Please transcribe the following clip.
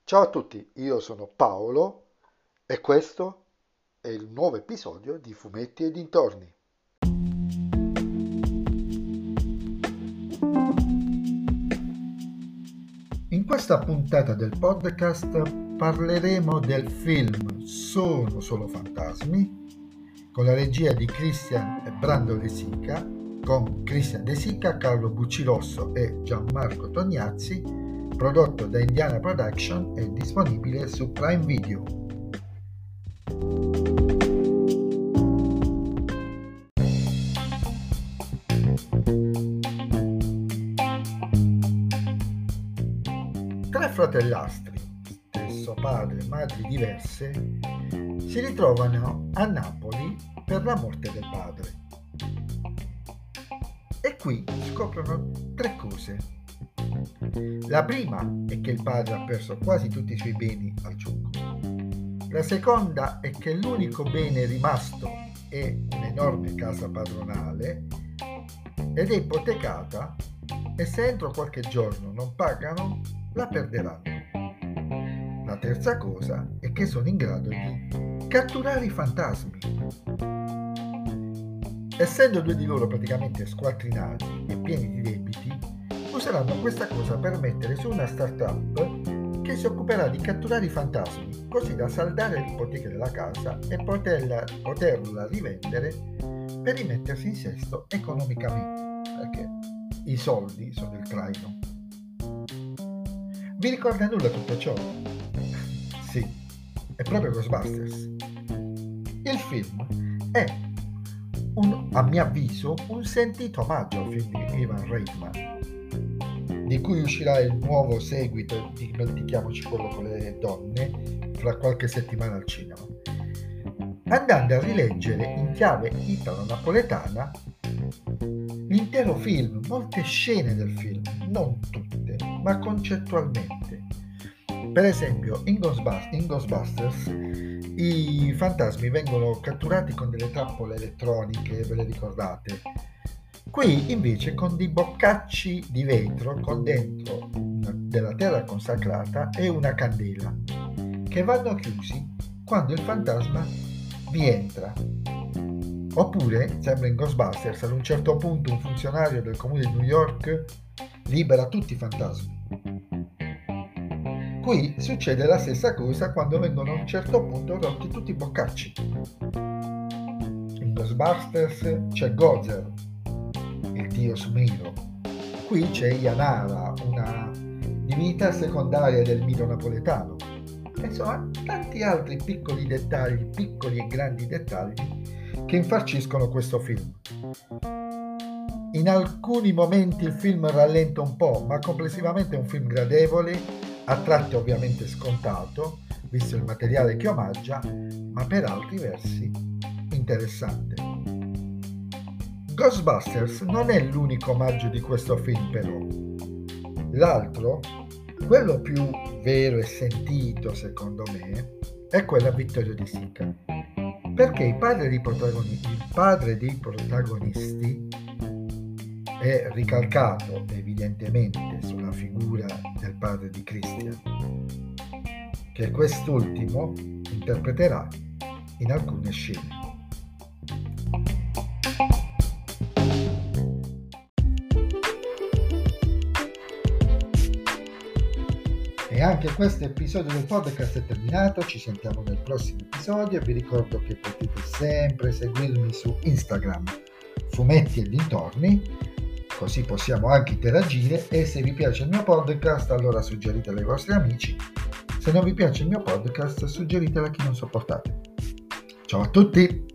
Ciao a tutti, io sono Paolo e questo è il nuovo episodio di Fumetti e dintorni. In questa puntata del podcast parleremo del film Sono solo fantasmi con la regia di Christian e Brando De Sica, con Christian De Sica, Carlo Buccirosso e Gianmarco Tognazzi, prodotto da Indiana Production e disponibile su Prime Video. Tre fratellastri, stesso padre e madri diverse, si ritrovano a Napoli per la morte del padre. E qui scoprono tre cose. La prima è che il padre ha perso quasi tutti i suoi beni al gioco. La seconda è che l'unico bene rimasto è un'enorme casa padronale ed è ipotecata e se entro qualche giorno non pagano la perderanno. La terza cosa è che sono in grado di catturare i fantasmi. Essendo due di loro praticamente squattrinati e pieni di debiti, useranno questa cosa per mettere su una startup che si occuperà di catturare i fantasmi, così da saldare le ipoteche della casa e poterla rivendere per rimettersi in sesto economicamente, perché i soldi sono il traino. Vi ricorda nulla tutto ciò? Sì, è proprio Ghostbusters. Il film è, a mio avviso, un sentito omaggio al film di Ivan Reitman, di cui uscirà il nuovo seguito, dimentichiamoci quello con le donne, fra qualche settimana al cinema, andando a rileggere in chiave italo-napoletana l'intero film, molte scene del film, non tutte, ma concettualmente. Per esempio, in Ghostbusters i fantasmi vengono catturati con delle trappole elettroniche, ve le ricordate? Qui invece con dei boccacci di vetro con dentro della terra consacrata e una candela, che vanno chiusi quando il fantasma vi entra. Oppure, sembra in Ghostbusters, ad un certo punto un funzionario del comune di New York libera tutti i fantasmi. Qui succede la stessa cosa quando vengono a un certo punto rotti tutti i boccacci. In Ghostbusters c'è Gozer, il dio Sumero. Qui c'è Yanara, una divinità secondaria del mito napoletano. Insomma, tanti altri piccoli dettagli, piccoli e grandi dettagli che infarciscono questo film. In alcuni momenti il film rallenta un po', ma complessivamente è un film gradevole, a tratti ovviamente scontato, visto il materiale che omaggia, ma per altri versi interessante. Ghostbusters non è l'unico omaggio di questo film però. L'altro, quello più vero e sentito secondo me, è quello a Vittorio De Sica, perché il padre dei protagonisti è ricalcato evidentemente sulla figura del padre di Christian, che quest'ultimo interpreterà in alcune scene. E anche questo episodio del podcast è terminato, ci sentiamo nel prossimo episodio e vi ricordo che potete sempre seguirmi su Instagram, Fumetti e dintorni, così possiamo anche interagire e se vi piace il mio podcast allora suggeritelo ai vostri amici, se non vi piace il mio podcast suggeritelo a chi non sopportate. Ciao a tutti!